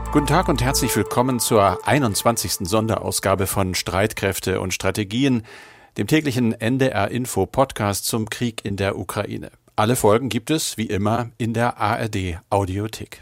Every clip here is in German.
Guten Tag und herzlich willkommen zur 21. Sonderausgabe von Streitkräfte und Strategien, dem täglichen NDR-Info-Podcast zum Krieg in der Ukraine. Alle Folgen gibt es, wie immer, in der ARD-Audiothek.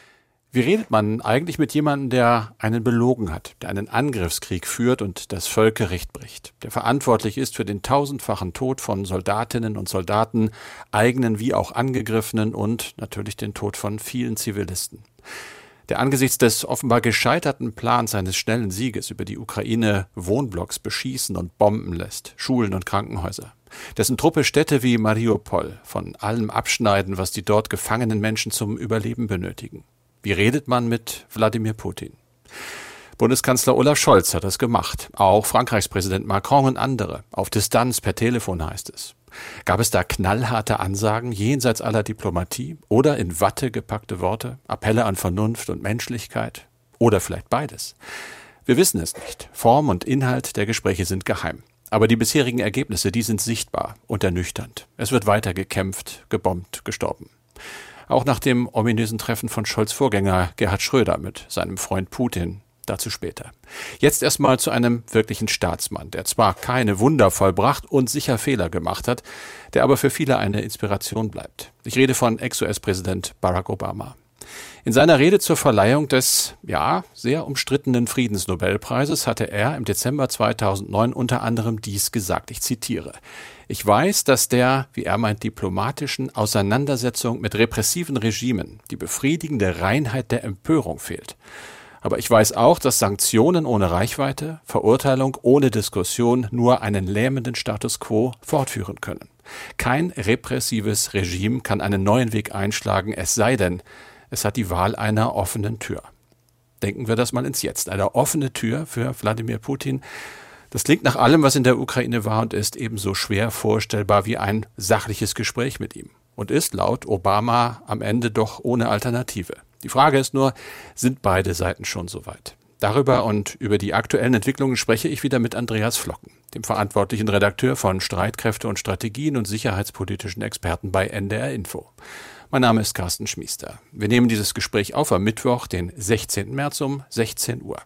Wie redet man eigentlich mit jemandem, der einen belogen hat, der einen Angriffskrieg führt und das Völkerrecht bricht, der verantwortlich ist für den tausendfachen Tod von Soldatinnen und Soldaten, eigenen wie auch angegriffenen und natürlich den Tod von vielen Zivilisten? Der angesichts des offenbar gescheiterten Plans eines schnellen Sieges über die Ukraine Wohnblocks beschießen und bomben lässt, Schulen und Krankenhäuser, dessen Truppe Städte wie Mariupol von allem abschneiden, was die dort gefangenen Menschen zum Überleben benötigen. Wie redet man mit Wladimir Putin? Bundeskanzler Olaf Scholz hat das gemacht, auch Frankreichs Präsident Macron und andere, auf Distanz per Telefon heißt es. Gab es da knallharte Ansagen jenseits aller Diplomatie oder in Watte gepackte Worte, Appelle an Vernunft und Menschlichkeit? Oder vielleicht beides? Wir wissen es nicht. Form und Inhalt der Gespräche sind geheim. Aber die bisherigen Ergebnisse, die sind sichtbar und ernüchternd. Es wird weiter gekämpft, gebombt, gestorben. Auch nach dem ominösen Treffen von Scholz' Vorgänger Gerhard Schröder mit seinem Freund Putin. Dazu später. Jetzt erstmal zu einem wirklichen Staatsmann, der zwar keine Wunder vollbracht und sicher Fehler gemacht hat, der aber für viele eine Inspiration bleibt. Ich rede von Ex-US-Präsident Barack Obama. In seiner Rede zur Verleihung des, sehr umstrittenen Friedensnobelpreises hatte er im Dezember 2009 unter anderem dies gesagt, ich zitiere: Ich weiß, dass der, wie er meint, diplomatischen Auseinandersetzung mit repressiven Regimen die befriedigende Reinheit der Empörung fehlt. Aber ich weiß auch, dass Sanktionen ohne Reichweite, Verurteilung ohne Diskussion nur einen lähmenden Status quo fortführen können. Kein repressives Regime kann einen neuen Weg einschlagen, es sei denn, es hat die Wahl einer offenen Tür. Denken wir das mal ins Jetzt. Eine offene Tür für Wladimir Putin. Das klingt nach allem, was in der Ukraine war und ist ebenso schwer vorstellbar wie ein sachliches Gespräch mit ihm. Und ist laut Obama am Ende doch ohne Alternative. Die Frage ist nur, sind beide Seiten schon so weit? Darüber und über die aktuellen Entwicklungen spreche ich wieder mit Andreas Flocken, dem verantwortlichen Redakteur von Streitkräfte und Strategien und sicherheitspolitischen Experten bei NDR Info. Mein Name ist Carsten Schmiester. Wir nehmen dieses Gespräch auf am Mittwoch, den 16. März um 16 Uhr.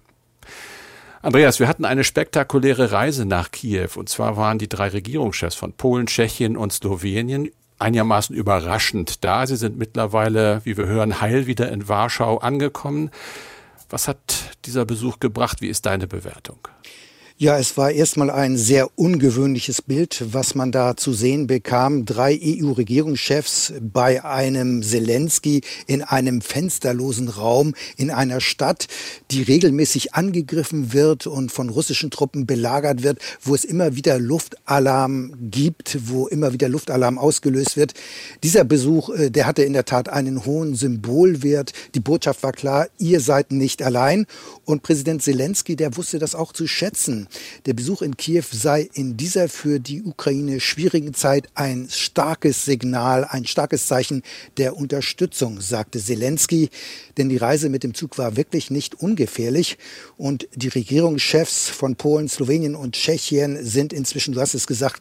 Andreas, wir hatten eine spektakuläre Reise nach Kiew. Und zwar waren die 3 Regierungschefs von Polen, Tschechien und Slowenien einigermaßen überraschend da. Sie sind mittlerweile, wie wir hören, heil wieder in Warschau angekommen. Was hat dieser Besuch gebracht? Wie ist deine Bewertung? Ja, es war erstmal ein sehr ungewöhnliches Bild, was man da zu sehen bekam. 3 EU-Regierungschefs bei einem Selenskyj in einem fensterlosen Raum in einer Stadt, die regelmäßig angegriffen wird und von russischen Truppen belagert wird, wo es immer wieder Luftalarm gibt, wo immer wieder Luftalarm ausgelöst wird. Dieser Besuch, der hatte in der Tat einen hohen Symbolwert. Die Botschaft war klar, ihr seid nicht allein. Und Präsident Selenskyj, der wusste das auch zu schätzen. Der Besuch in Kiew sei in dieser für die Ukraine schwierigen Zeit ein starkes Signal, ein starkes Zeichen der Unterstützung, sagte Selenskyj. Denn die Reise mit dem Zug war wirklich nicht ungefährlich. Und die Regierungschefs von Polen, Slowenien und Tschechien sind inzwischen, du hast es gesagt,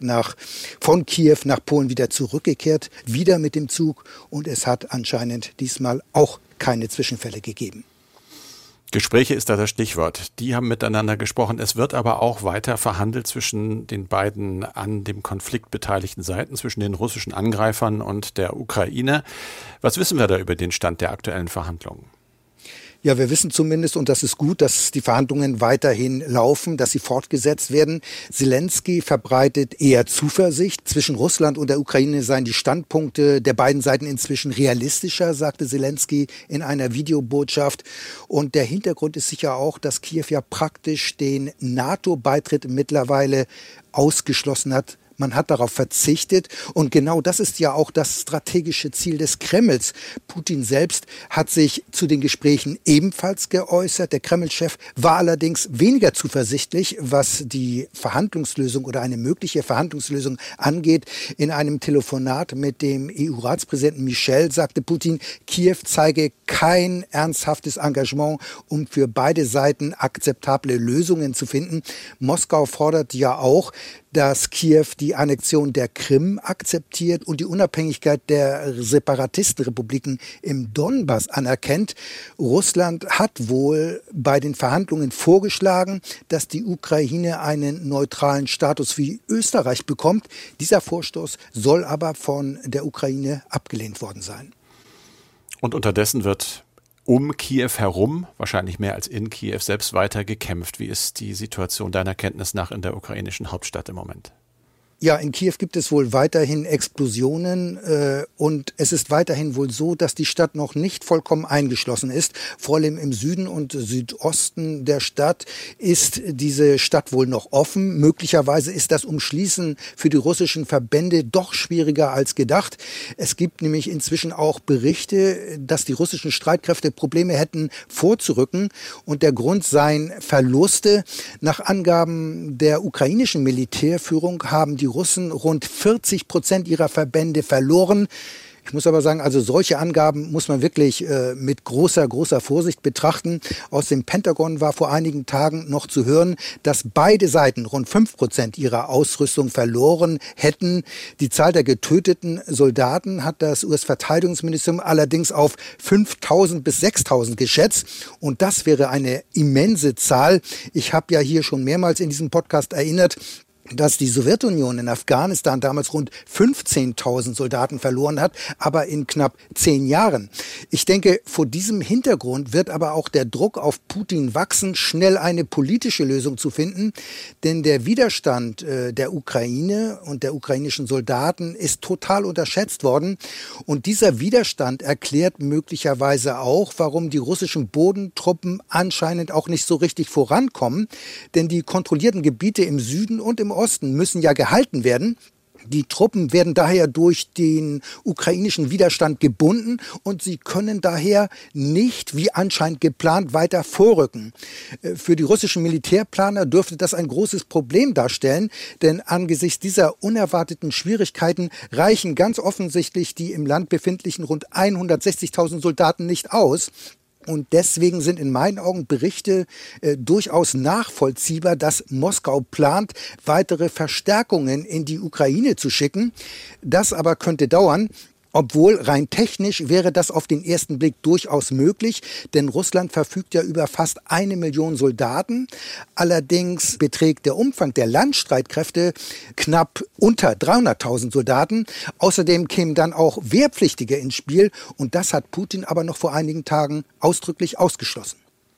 von Kiew nach Polen wieder zurückgekehrt, wieder mit dem Zug. Und es hat anscheinend diesmal auch keine Zwischenfälle gegeben. Gespräche ist da das Stichwort. Die haben miteinander gesprochen. Es wird aber auch weiter verhandelt zwischen den beiden an dem Konflikt beteiligten Seiten, zwischen den russischen Angreifern und der Ukraine. Was wissen wir da über den Stand der aktuellen Verhandlungen? Ja, wir wissen zumindest, und das ist gut, dass die Verhandlungen weiterhin laufen, dass sie fortgesetzt werden. Selenskyj verbreitet eher Zuversicht. Zwischen Russland und der Ukraine seien die Standpunkte der beiden Seiten inzwischen realistischer, sagte Selenskyj in einer Videobotschaft. Und der Hintergrund ist sicher auch, dass Kiew ja praktisch den NATO-Beitritt mittlerweile ausgeschlossen hat. Man hat darauf verzichtet und genau das ist ja auch das strategische Ziel des Kremls. Putin selbst hat sich zu den Gesprächen ebenfalls geäußert. Der Kreml-Chef war allerdings weniger zuversichtlich, was die Verhandlungslösung oder eine mögliche Verhandlungslösung angeht. In einem Telefonat mit dem EU-Ratspräsidenten Michel sagte Putin, Kiew zeige kein ernsthaftes Engagement, um für beide Seiten akzeptable Lösungen zu finden. Moskau fordert ja auch, dass Kiew die Annexion der Krim akzeptiert und die Unabhängigkeit der Separatistenrepubliken im Donbass anerkennt. Russland hat wohl bei den Verhandlungen vorgeschlagen, dass die Ukraine einen neutralen Status wie Österreich bekommt. Dieser Vorstoß soll aber von der Ukraine abgelehnt worden sein. Und unterdessen wird um Kiew herum, wahrscheinlich mehr als in Kiew selbst, weiter gekämpft. Wie ist die Situation deiner Kenntnis nach in der ukrainischen Hauptstadt im Moment? Ja, in Kiew gibt es wohl weiterhin Explosionen und es ist weiterhin wohl so, dass die Stadt noch nicht vollkommen eingeschlossen ist. Vor allem im Süden und Südosten der Stadt ist diese Stadt wohl noch offen. Möglicherweise ist das Umschließen für die russischen Verbände doch schwieriger als gedacht. Es gibt nämlich inzwischen auch Berichte, dass die russischen Streitkräfte Probleme hätten vorzurücken und der Grund seien Verluste. Nach Angaben der ukrainischen Militärführung haben die Russen rund 40% ihrer Verbände verloren. Ich muss aber sagen, also solche Angaben muss man wirklich mit großer Vorsicht betrachten. Aus dem Pentagon war vor einigen Tagen noch zu hören, dass beide Seiten rund 5% ihrer Ausrüstung verloren hätten. Die Zahl der getöteten Soldaten hat das US-Verteidigungsministerium allerdings auf 5.000 bis 6.000 geschätzt. Und das wäre eine immense Zahl. Ich habe ja hier schon mehrmals in diesem Podcast erinnert, dass die Sowjetunion in Afghanistan damals rund 15.000 Soldaten verloren hat, aber in knapp 10 Jahren. Ich denke, vor diesem Hintergrund wird aber auch der Druck auf Putin wachsen, schnell eine politische Lösung zu finden, denn der Widerstand der Ukraine und der ukrainischen Soldaten ist total unterschätzt worden und dieser Widerstand erklärt möglicherweise auch, warum die russischen Bodentruppen anscheinend auch nicht so richtig vorankommen, denn die kontrollierten Gebiete im Süden und im Osten müssen ja gehalten werden. Die Truppen werden daher durch den ukrainischen Widerstand gebunden und sie können daher nicht, wie anscheinend geplant, weiter vorrücken. Für die russischen Militärplaner dürfte das ein großes Problem darstellen, denn angesichts dieser unerwarteten Schwierigkeiten reichen ganz offensichtlich die im Land befindlichen rund 160.000 Soldaten nicht aus. Und deswegen sind in meinen Augen Berichte durchaus nachvollziehbar, dass Moskau plant, weitere Verstärkungen in die Ukraine zu schicken. Das aber könnte dauern. Obwohl rein technisch wäre das auf den ersten Blick durchaus möglich, denn Russland verfügt ja über fast 1 Million Soldaten. Allerdings beträgt der Umfang der Landstreitkräfte knapp unter 300.000 Soldaten. Außerdem kämen dann auch Wehrpflichtige ins Spiel und das hat Putin aber noch vor einigen Tagen ausdrücklich ausgeschlossen.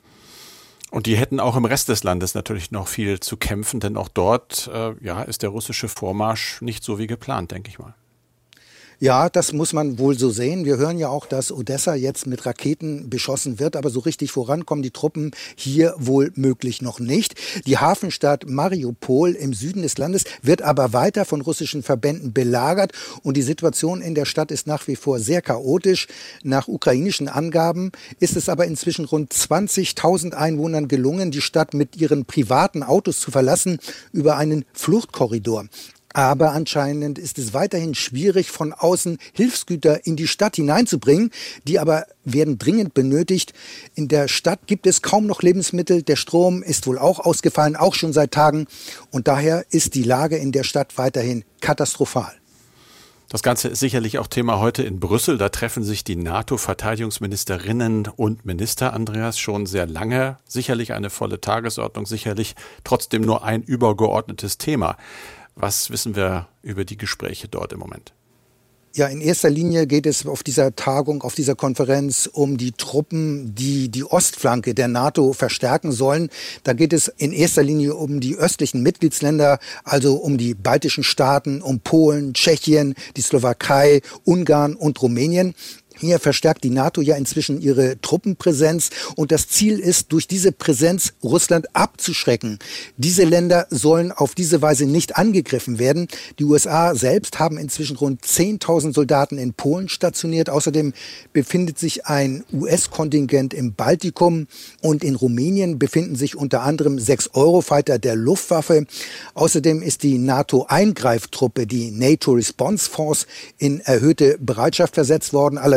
Und die hätten auch im Rest des Landes natürlich noch viel zu kämpfen, denn auch dort ist der russische Vormarsch nicht so wie geplant, denke ich mal. Ja, das muss man wohl so sehen. Wir hören ja auch, dass Odessa jetzt mit Raketen beschossen wird, aber so richtig vorankommen die Truppen hier wohl möglich noch nicht. Die Hafenstadt Mariupol im Süden des Landes wird aber weiter von russischen Verbänden belagert und die Situation in der Stadt ist nach wie vor sehr chaotisch. Nach ukrainischen Angaben ist es aber inzwischen rund 20.000 Einwohnern gelungen, die Stadt mit ihren privaten Autos zu verlassen über einen Fluchtkorridor. Aber anscheinend ist es weiterhin schwierig, von außen Hilfsgüter in die Stadt hineinzubringen. Die aber werden dringend benötigt. In der Stadt gibt es kaum noch Lebensmittel. Der Strom ist wohl auch ausgefallen, auch schon seit Tagen. Und daher ist die Lage in der Stadt weiterhin katastrophal. Das Ganze ist sicherlich auch Thema heute in Brüssel. Da treffen sich die NATO-Verteidigungsministerinnen und Minister, Andreas, schon sehr lange. Sicherlich eine volle Tagesordnung, sicherlich trotzdem nur ein übergeordnetes Thema. Was wissen wir über die Gespräche dort im Moment? Ja, in erster Linie geht es auf dieser Tagung, auf dieser Konferenz um die Truppen, die die Ostflanke der NATO verstärken sollen. Da geht es in erster Linie um die östlichen Mitgliedsländer, also um die baltischen Staaten, um Polen, Tschechien, die Slowakei, Ungarn und Rumänien. Hier verstärkt die NATO ja inzwischen ihre Truppenpräsenz und das Ziel ist, durch diese Präsenz Russland abzuschrecken. Diese Länder sollen auf diese Weise nicht angegriffen werden. Die USA selbst haben inzwischen rund 10.000 Soldaten in Polen stationiert. Außerdem befindet sich ein US-Kontingent im Baltikum und in Rumänien befinden sich unter anderem 6 Eurofighter der Luftwaffe. Außerdem ist die NATO-Eingreiftruppe, die NATO Response Force, in erhöhte Bereitschaft versetzt worden. Allerdings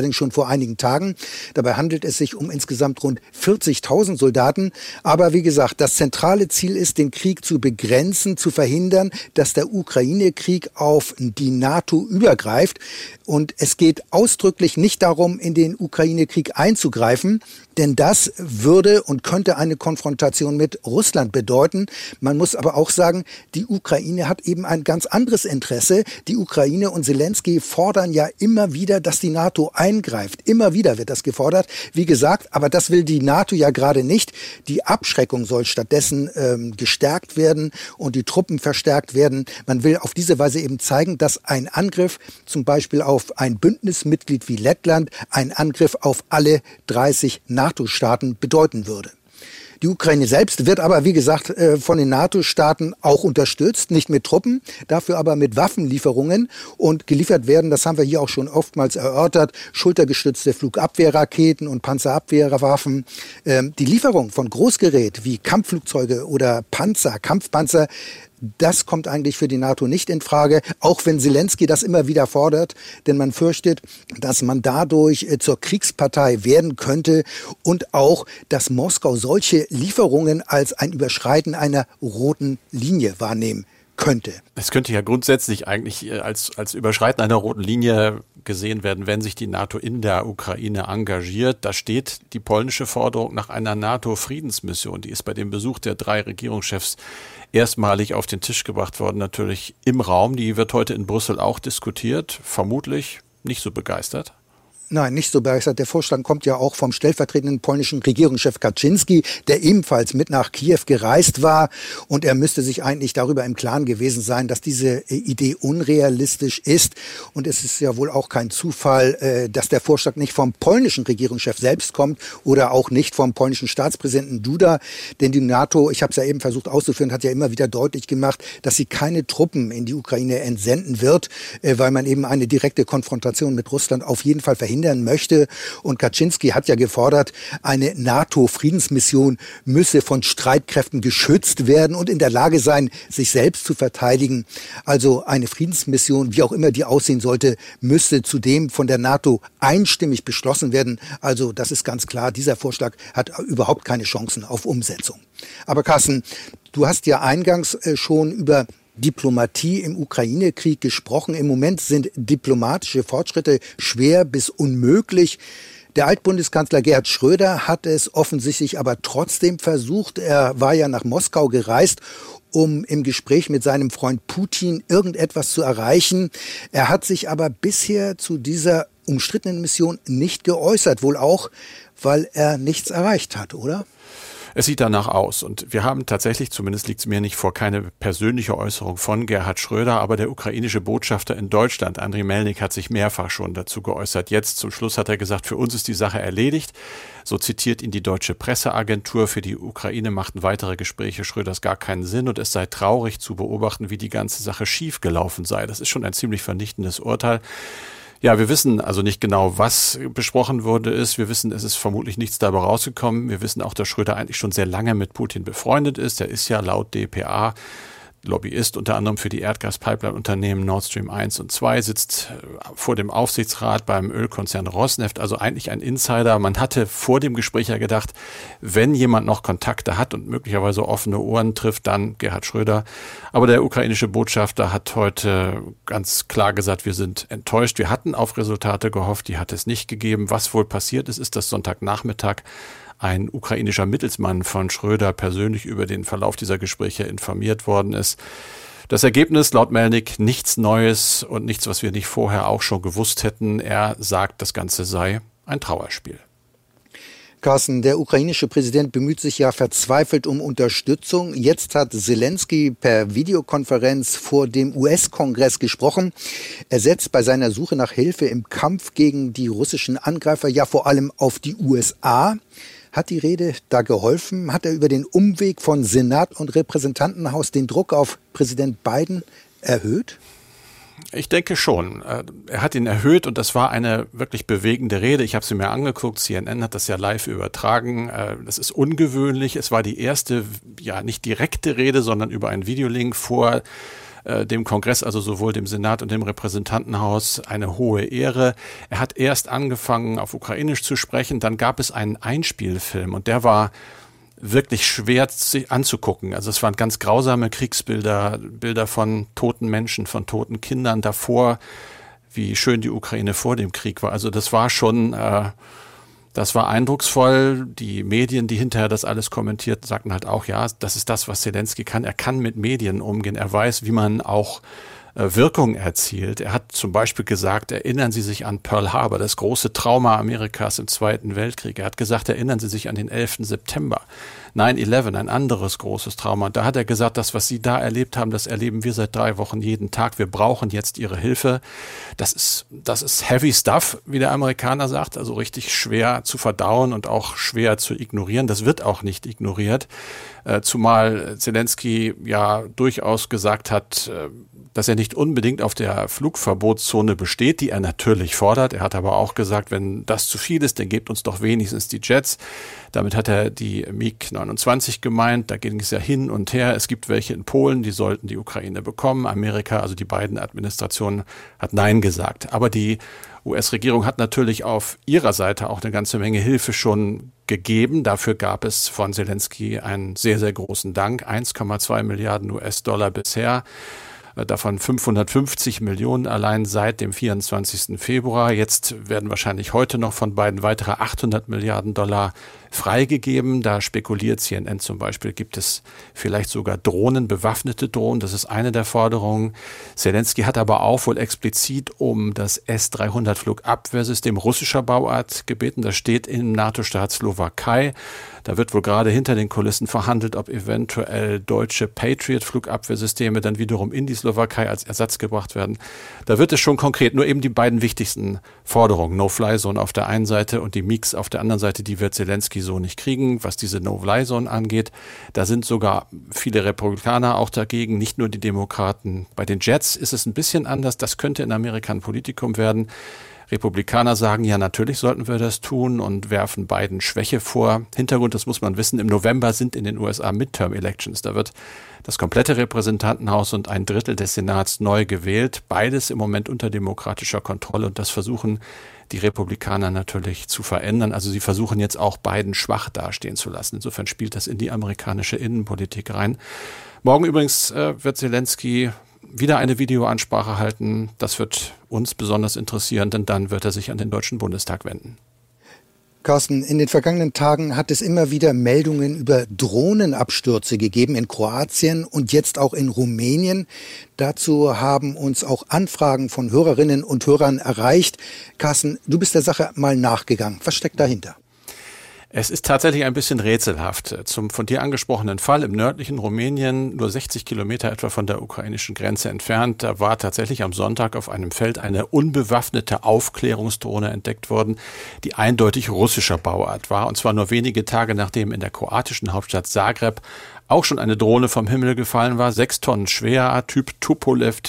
allerdings schon vor einigen Tagen. Dabei handelt es sich um insgesamt rund 40.000 Soldaten. Aber wie gesagt, das zentrale Ziel ist, den Krieg zu begrenzen, zu verhindern, dass der Ukraine-Krieg auf die NATO übergreift. Und es geht ausdrücklich nicht darum, in den Ukraine-Krieg einzugreifen, denn das würde und könnte eine Konfrontation mit Russland bedeuten. Man muss aber auch sagen, die Ukraine hat eben ein ganz anderes Interesse. Die Ukraine und Zelensky fordern ja immer wieder, dass die NATO eingreift. Immer wieder wird das gefordert. Wie gesagt, aber das will die NATO ja gerade nicht. Die Abschreckung soll stattdessen gestärkt werden und die Truppen verstärkt werden. Man will auf diese Weise eben zeigen, dass ein Angriff zum Beispiel auf ein Bündnismitglied wie Lettland, ein Angriff auf alle 30 NATO-Staaten bedeuten würde. Die Ukraine selbst wird aber, wie gesagt, von den NATO-Staaten auch unterstützt, nicht mit Truppen, dafür aber mit Waffenlieferungen. Und geliefert werden, das haben wir hier auch schon oftmals erörtert, schultergestützte Flugabwehrraketen und Panzerabwehrwaffen. Die Lieferung von Großgerät wie Kampfflugzeuge oder Panzer, Kampfpanzer, das kommt eigentlich für die NATO nicht in Frage, auch wenn Zelensky das immer wieder fordert, denn man fürchtet, dass man dadurch zur Kriegspartei werden könnte und auch, dass Moskau solche Lieferungen als ein Überschreiten einer roten Linie wahrnehmen könnte. Es könnte ja grundsätzlich eigentlich als Überschreiten einer roten Linie gesehen werden, wenn sich die NATO in der Ukraine engagiert. Da steht die polnische Forderung nach einer NATO-Friedensmission. Die ist bei dem Besuch der 3 Regierungschefs erstmalig auf den Tisch gebracht worden, natürlich im Raum. Die wird heute in Brüssel auch diskutiert. Vermutlich nicht so begeistert. Nein, nicht so begeistert. Der Vorschlag kommt ja auch vom stellvertretenden polnischen Regierungschef Kaczynski, der ebenfalls mit nach Kiew gereist war. Und er müsste sich eigentlich darüber im Klaren gewesen sein, dass diese Idee unrealistisch ist. Und es ist ja wohl auch kein Zufall, dass der Vorschlag nicht vom polnischen Regierungschef selbst kommt oder auch nicht vom polnischen Staatspräsidenten Duda. Denn die NATO, ich habe es ja eben versucht auszuführen, hat ja immer wieder deutlich gemacht, dass sie keine Truppen in die Ukraine entsenden wird, weil man eben eine direkte Konfrontation mit Russland auf jeden Fall verhindern möchte. Und Kaczynski hat ja gefordert, eine NATO-Friedensmission müsse von Streitkräften geschützt werden und in der Lage sein, sich selbst zu verteidigen. Also eine Friedensmission, wie auch immer die aussehen sollte, müsste zudem von der NATO einstimmig beschlossen werden. Also das ist ganz klar, dieser Vorschlag hat überhaupt keine Chancen auf Umsetzung. Aber Carsten, du hast ja eingangs schon über Diplomatie im Ukraine-Krieg gesprochen. Im Moment sind diplomatische Fortschritte schwer bis unmöglich. Der Altbundeskanzler Gerhard Schröder hat es offensichtlich aber trotzdem versucht. Er war ja nach Moskau gereist, um im Gespräch mit seinem Freund Putin irgendetwas zu erreichen. Er hat sich aber bisher zu dieser umstrittenen Mission nicht geäußert, wohl auch, weil er nichts erreicht hat, oder? Es sieht danach aus und wir haben tatsächlich, zumindest liegt es mir nicht vor, keine persönliche Äußerung von Gerhard Schröder, aber der ukrainische Botschafter in Deutschland, Andriy Melnik, hat sich mehrfach schon dazu geäußert. Jetzt zum Schluss hat er gesagt, für uns ist die Sache erledigt. So zitiert ihn die deutsche Presseagentur. Für die Ukraine machten weitere Gespräche Schröders gar keinen Sinn und es sei traurig zu beobachten, wie die ganze Sache schiefgelaufen sei. Das ist schon ein ziemlich vernichtendes Urteil. Ja, wir wissen also nicht genau, was besprochen wurde ist. Wir wissen, es ist vermutlich nichts dabei rausgekommen. Wir wissen auch, dass Schröder eigentlich schon sehr lange mit Putin befreundet ist. Er ist ja laut dpa Lobbyist unter anderem für die Erdgaspipeline-Unternehmen Nord Stream 1 und 2, sitzt vor dem Aufsichtsrat beim Ölkonzern Rosneft, also eigentlich ein Insider. Man hatte vor dem Gespräch ja gedacht, wenn jemand noch Kontakte hat und möglicherweise offene Ohren trifft, dann Gerhard Schröder. Aber der ukrainische Botschafter hat heute ganz klar gesagt, wir sind enttäuscht. Wir hatten auf Resultate gehofft, die hat es nicht gegeben. Was wohl passiert ist, ist, dass Sonntagnachmittag ein ukrainischer Mittelsmann von Schröder persönlich über den Verlauf dieser Gespräche informiert worden ist. Das Ergebnis laut Melnik nichts Neues und nichts, was wir nicht vorher auch schon gewusst hätten. Er sagt, das Ganze sei ein Trauerspiel. Carsten, der ukrainische Präsident bemüht sich ja verzweifelt um Unterstützung. Jetzt hat Zelensky per Videokonferenz vor dem US-Kongress gesprochen. Er setzt bei seiner Suche nach Hilfe im Kampf gegen die russischen Angreifer ja vor allem auf die USA. Hat die Rede da geholfen? Hat er über den Umweg von Senat und Repräsentantenhaus den Druck auf Präsident Biden erhöht? Ich denke schon. Er hat ihn erhöht und das war eine wirklich bewegende Rede. Ich habe sie mir angeguckt. CNN hat das ja live übertragen. Das ist ungewöhnlich. Es war die erste, ja nicht direkte Rede, sondern über einen Videolink vor dem Kongress, also sowohl dem Senat und dem Repräsentantenhaus, eine hohe Ehre. Er hat erst angefangen, auf Ukrainisch zu sprechen, dann gab es einen Einspielfilm und der war wirklich schwer anzugucken. Also es waren ganz grausame Kriegsbilder, Bilder von toten Menschen, von toten Kindern davor, wie schön die Ukraine vor dem Krieg war. Also das war schon, das war eindrucksvoll. Die Medien, die hinterher das alles kommentiert, sagten halt auch, ja, das ist das, was Zelensky kann. Er kann mit Medien umgehen. Er weiß, wie man auch Wirkung erzielt. Er hat zum Beispiel gesagt, erinnern Sie sich an Pearl Harbor, das große Trauma Amerikas im Zweiten Weltkrieg. Er hat gesagt, erinnern Sie sich an den 11. September. 9/11, ein anderes großes Trauma. Da hat er gesagt, das, was Sie da erlebt haben, das erleben wir seit 3 Wochen jeden Tag. Wir brauchen jetzt Ihre Hilfe. Das ist heavy stuff, wie der Amerikaner sagt, also richtig schwer zu verdauen und auch schwer zu ignorieren. Das wird auch nicht ignoriert, zumal Zelensky ja durchaus gesagt hat, dass er nicht unbedingt auf der Flugverbotszone besteht, die er natürlich fordert. Er hat aber auch gesagt, wenn das zu viel ist, dann gebt uns doch wenigstens die Jets. Damit hat er die MiG-29 gemeint. Da ging es ja hin und her. Es gibt welche in Polen, die sollten die Ukraine bekommen. Amerika, also die beiden Administrationen, hat Nein gesagt. Aber die US-Regierung hat natürlich auf ihrer Seite auch eine ganze Menge Hilfe schon gegeben. Dafür gab es von Zelensky einen sehr, sehr großen Dank. 1,2 Milliarden US-Dollar bisher. Davon 550 Millionen allein seit dem 24. Februar. Jetzt werden wahrscheinlich heute noch von Biden weitere 800 Milliarden Dollar freigegeben. Da spekuliert CNN zum Beispiel, gibt es vielleicht sogar Drohnen, bewaffnete Drohnen. Das ist eine der Forderungen. Zelensky hat aber auch wohl explizit um das S-300 Flugabwehrsystem russischer Bauart gebeten. Das steht im NATO-Staat Slowakei. Da wird wohl gerade hinter den Kulissen verhandelt, ob eventuell deutsche Patriot-Flugabwehrsysteme dann wiederum in die Slowakei als Ersatz gebracht werden. Da wird es schon konkret. Nur eben die beiden wichtigsten Forderungen. No-Fly-Zone auf der einen Seite und die MiGs auf der anderen Seite, die wird Zelensky so nicht kriegen. Was diese No-Fly-Zone angeht, da sind sogar viele Republikaner auch dagegen, nicht nur die Demokraten. Bei den Jets ist es ein bisschen anders. Das könnte in Amerika ein Politikum werden. Republikaner sagen, ja, natürlich sollten wir das tun und werfen Biden Schwäche vor. Hintergrund, das muss man wissen, im November sind in den USA Midterm-Elections. Da wird das komplette Repräsentantenhaus und ein Drittel des Senats neu gewählt. Beides im Moment unter demokratischer Kontrolle und das versuchen die Republikaner natürlich zu verändern. Also sie versuchen jetzt auch Biden schwach dastehen zu lassen. Insofern spielt das in die amerikanische Innenpolitik rein. Morgen übrigens wird Zelensky wieder eine Videoansprache halten. Das wird uns besonders interessieren, denn dann wird er sich an den Deutschen Bundestag wenden. Carsten, in den vergangenen Tagen hat es immer wieder Meldungen über Drohnenabstürze gegeben in Kroatien und jetzt auch in Rumänien. Dazu haben uns auch Anfragen von Hörerinnen und Hörern erreicht. Carsten, du bist der Sache mal nachgegangen. Was steckt dahinter? Es ist tatsächlich ein bisschen rätselhaft. Zum von dir angesprochenen Fall im nördlichen Rumänien, nur 60 Kilometer etwa von der ukrainischen Grenze entfernt, da war tatsächlich am Sonntag auf einem Feld eine unbewaffnete Aufklärungsdrohne entdeckt worden, die eindeutig russischer Bauart war. Und zwar nur wenige Tage nachdem in der kroatischen Hauptstadt Zagreb auch schon eine Drohne vom Himmel gefallen war. 6 Tonnen schwer, Typ Tupolev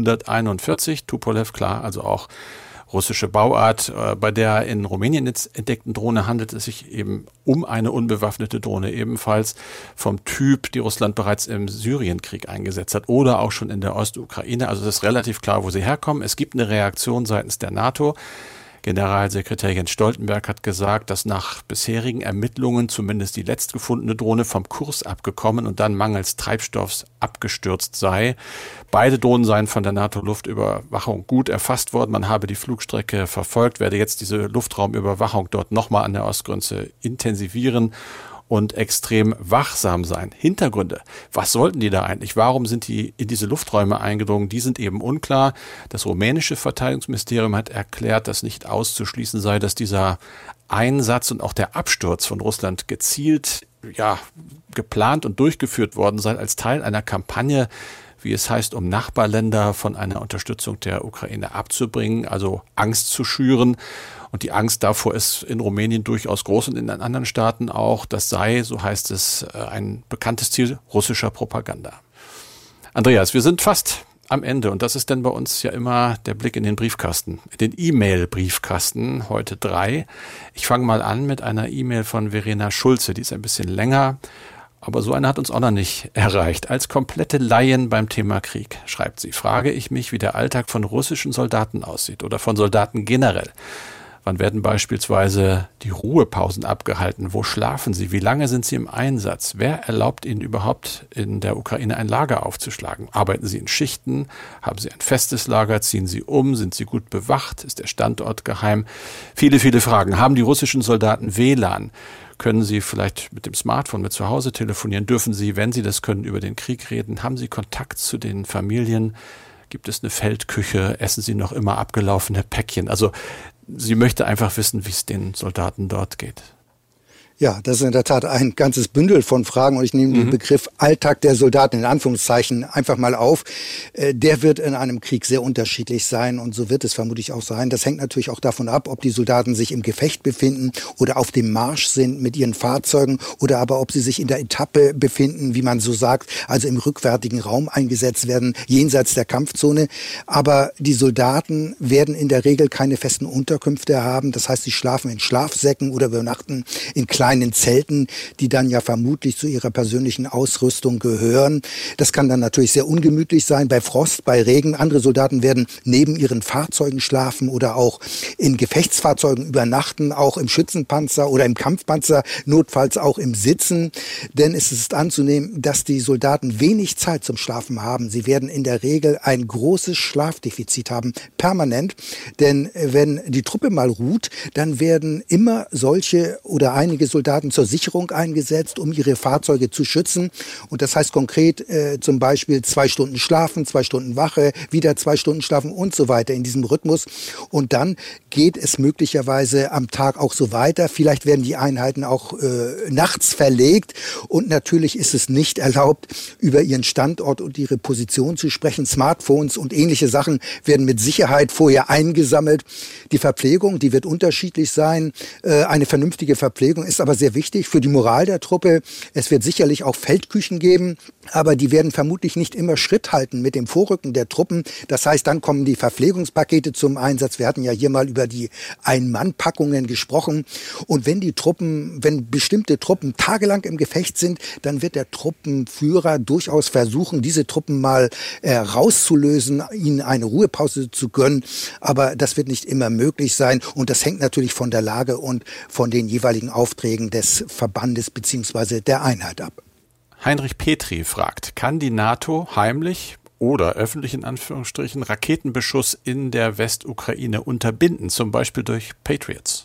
T-141. Tupolev, klar, also auch russische Bauart. Bei der in Rumänien jetzt entdeckten Drohne handelt es sich eben um eine unbewaffnete Drohne, ebenfalls vom Typ, die Russland bereits im Syrienkrieg eingesetzt hat oder auch schon in der Ostukraine. Also es ist relativ klar, wo sie herkommen. Es gibt eine Reaktion seitens der NATO. Generalsekretär Jens Stoltenberg hat gesagt, dass nach bisherigen Ermittlungen zumindest die letztgefundene Drohne vom Kurs abgekommen und dann mangels Treibstoffs abgestürzt sei. Beide Drohnen seien von der NATO-Luftüberwachung gut erfasst worden. Man habe die Flugstrecke verfolgt, werde jetzt diese Luftraumüberwachung dort nochmal an der Ostgrenze intensivieren und extrem wachsam sein. Hintergründe. Was sollten die da eigentlich? Warum sind die in diese Lufträume eingedrungen? Die sind eben unklar. Das rumänische Verteidigungsministerium hat erklärt, dass nicht auszuschließen sei, dass dieser Einsatz und auch der Absturz von Russland gezielt, geplant und durchgeführt worden sei als Teil einer Kampagne, wie es heißt, um Nachbarländer von einer Unterstützung der Ukraine abzubringen, also Angst zu schüren. Und die Angst davor ist in Rumänien durchaus groß und in den anderen Staaten auch. Das sei, so heißt es, ein bekanntes Ziel russischer Propaganda. Andreas, wir sind fast am Ende und das ist dann bei uns ja immer der Blick in den Briefkasten, den E-Mail-Briefkasten, heute 3. Ich fange mal an mit einer E-Mail von Verena Schulze, die ist ein bisschen länger. Aber so eine hat uns auch noch nicht erreicht. Als komplette Laien beim Thema Krieg, schreibt sie, frage ich mich, wie der Alltag von russischen Soldaten aussieht oder von Soldaten generell. Wann werden beispielsweise die Ruhepausen abgehalten? Wo schlafen sie? Wie lange sind sie im Einsatz? Wer erlaubt ihnen überhaupt in der Ukraine ein Lager aufzuschlagen? Arbeiten sie in Schichten? Haben sie ein festes Lager? Ziehen sie um? Sind sie gut bewacht? Ist der Standort geheim? Viele, viele Fragen. Haben die russischen Soldaten WLAN? Können sie vielleicht mit dem Smartphone mit zu Hause telefonieren? Dürfen sie, wenn sie das können, über den Krieg reden? Haben sie Kontakt zu den Familien? Gibt es eine Feldküche? Essen sie noch immer abgelaufene Päckchen? Also sie möchte einfach wissen, wie es den Soldaten dort geht. Ja, das ist in der Tat ein ganzes Bündel von Fragen und ich nehme den Begriff Alltag der Soldaten in Anführungszeichen einfach mal auf. Der wird in einem Krieg sehr unterschiedlich sein und so wird es vermutlich auch sein. Das hängt natürlich auch davon ab, ob die Soldaten sich im Gefecht befinden oder auf dem Marsch sind mit ihren Fahrzeugen oder aber ob sie sich in der Etappe befinden, wie man so sagt, also im rückwärtigen Raum eingesetzt werden, jenseits der Kampfzone. Aber die Soldaten werden in der Regel keine festen Unterkünfte haben. Das heißt, sie schlafen in Schlafsäcken oder übernachten in kleinen Zelten, die dann ja vermutlich zu ihrer persönlichen Ausrüstung gehören. Das kann dann natürlich sehr ungemütlich sein, bei Frost, bei Regen. Andere Soldaten werden neben ihren Fahrzeugen schlafen oder auch in Gefechtsfahrzeugen übernachten, auch im Schützenpanzer oder im Kampfpanzer, notfalls auch im Sitzen. Denn es ist anzunehmen, dass die Soldaten wenig Zeit zum Schlafen haben. Sie werden in der Regel ein großes Schlafdefizit haben, permanent. Denn wenn die Truppe mal ruht, dann werden immer solche oder einige Soldaten zur Sicherung eingesetzt, um ihre Fahrzeuge zu schützen. Und das heißt konkret zum Beispiel 2 Stunden schlafen, 2 Stunden Wache, wieder 2 Stunden schlafen und so weiter in diesem Rhythmus. Und dann geht es möglicherweise am Tag auch so weiter. Vielleicht werden die Einheiten auch nachts verlegt. Und natürlich ist es nicht erlaubt, über ihren Standort und ihre Position zu sprechen. Smartphones und ähnliche Sachen werden mit Sicherheit vorher eingesammelt. Die Verpflegung, die wird unterschiedlich sein. Eine vernünftige Verpflegung ist aber sehr wichtig für die Moral der Truppe. Es wird sicherlich auch Feldküchen geben, aber die werden vermutlich nicht immer Schritt halten mit dem Vorrücken der Truppen. Das heißt, dann kommen die Verpflegungspakete zum Einsatz. Wir hatten ja hier mal über die Ein-Mann-Packungen gesprochen. Und wenn bestimmte Truppen tagelang im Gefecht sind, dann wird der Truppenführer durchaus versuchen, diese Truppen mal rauszulösen, ihnen eine Ruhepause zu gönnen. Aber das wird nicht immer möglich sein. Und das hängt natürlich von der Lage und von den jeweiligen Aufträgen des Verbandes bzw. der Einheit ab. Heinrich Petri fragt, kann die NATO heimlich oder öffentlich in Anführungsstrichen Raketenbeschuss in der Westukraine unterbinden, zum Beispiel durch Patriots?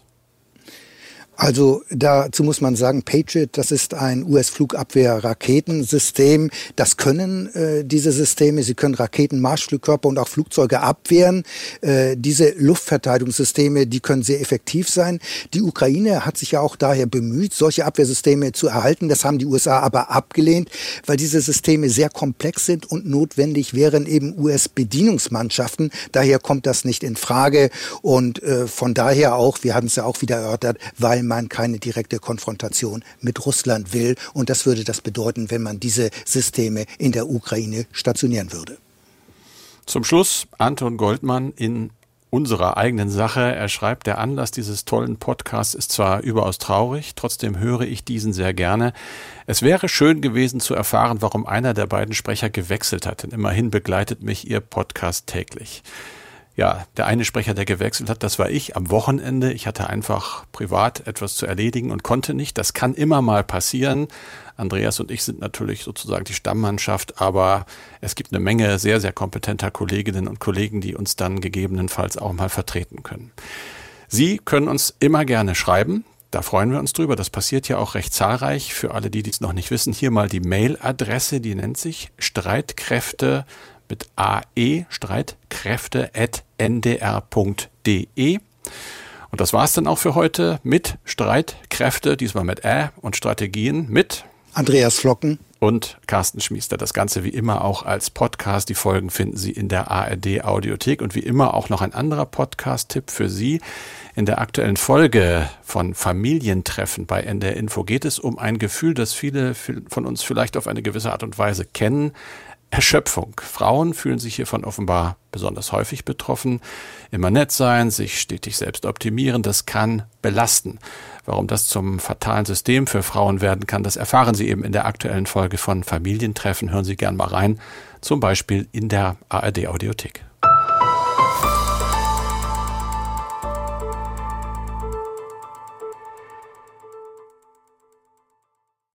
Also dazu muss man sagen, Patriot, das ist ein US-Flugabwehr-Raketensystem. Das können diese Systeme. Sie können Raketen, Marschflugkörper und auch Flugzeuge abwehren. Diese Luftverteidigungssysteme, die können sehr effektiv sein. Die Ukraine hat sich ja auch daher bemüht, solche Abwehrsysteme zu erhalten. Das haben die USA aber abgelehnt, weil diese Systeme sehr komplex sind und notwendig wären eben US-Bedienungsmannschaften. Daher kommt das nicht in Frage und von daher auch, wir hatten es ja auch wieder erörtert, weil man keine direkte Konfrontation mit Russland will. Und das würde das bedeuten, wenn man diese Systeme in der Ukraine stationieren würde. Zum Schluss Anton Goldmann in unserer eigenen Sache. Er schreibt, der Anlass dieses tollen Podcasts ist zwar überaus traurig, trotzdem höre ich diesen sehr gerne. Es wäre schön gewesen zu erfahren, warum einer der beiden Sprecher gewechselt hat, denn immerhin begleitet mich Ihr Podcast täglich. Ja, der eine Sprecher, der gewechselt hat, das war ich am Wochenende. Ich hatte einfach privat etwas zu erledigen und konnte nicht. Das kann immer mal passieren. Andreas und ich sind natürlich sozusagen die Stammmannschaft, aber es gibt eine Menge sehr, sehr kompetenter Kolleginnen und Kollegen, die uns dann gegebenenfalls auch mal vertreten können. Sie können uns immer gerne schreiben. Da freuen wir uns drüber. Das passiert ja auch recht zahlreich. Für alle, die es noch nicht wissen, hier mal die Mailadresse, die nennt sich Streitkräfte mit AE, streitkräfte@ndr.de. Und das war's dann auch für heute mit Streitkräfte, diesmal mit und Strategien mit Andreas Flocken und Carsten Schmiester. Das Ganze wie immer auch als Podcast. Die Folgen finden Sie in der ARD Audiothek und wie immer auch noch ein anderer Podcast-Tipp für Sie. In der aktuellen Folge von Familientreffen bei NDR Info geht es um ein Gefühl, das viele von uns vielleicht auf eine gewisse Art und Weise kennen. Erschöpfung. Frauen fühlen sich hiervon offenbar besonders häufig betroffen. Immer nett sein, sich stetig selbst optimieren, das kann belasten. Warum das zum fatalen System für Frauen werden kann, das erfahren Sie eben in der aktuellen Folge von Familientreffen. Hören Sie gern mal rein, zum Beispiel in der ARD-Audiothek.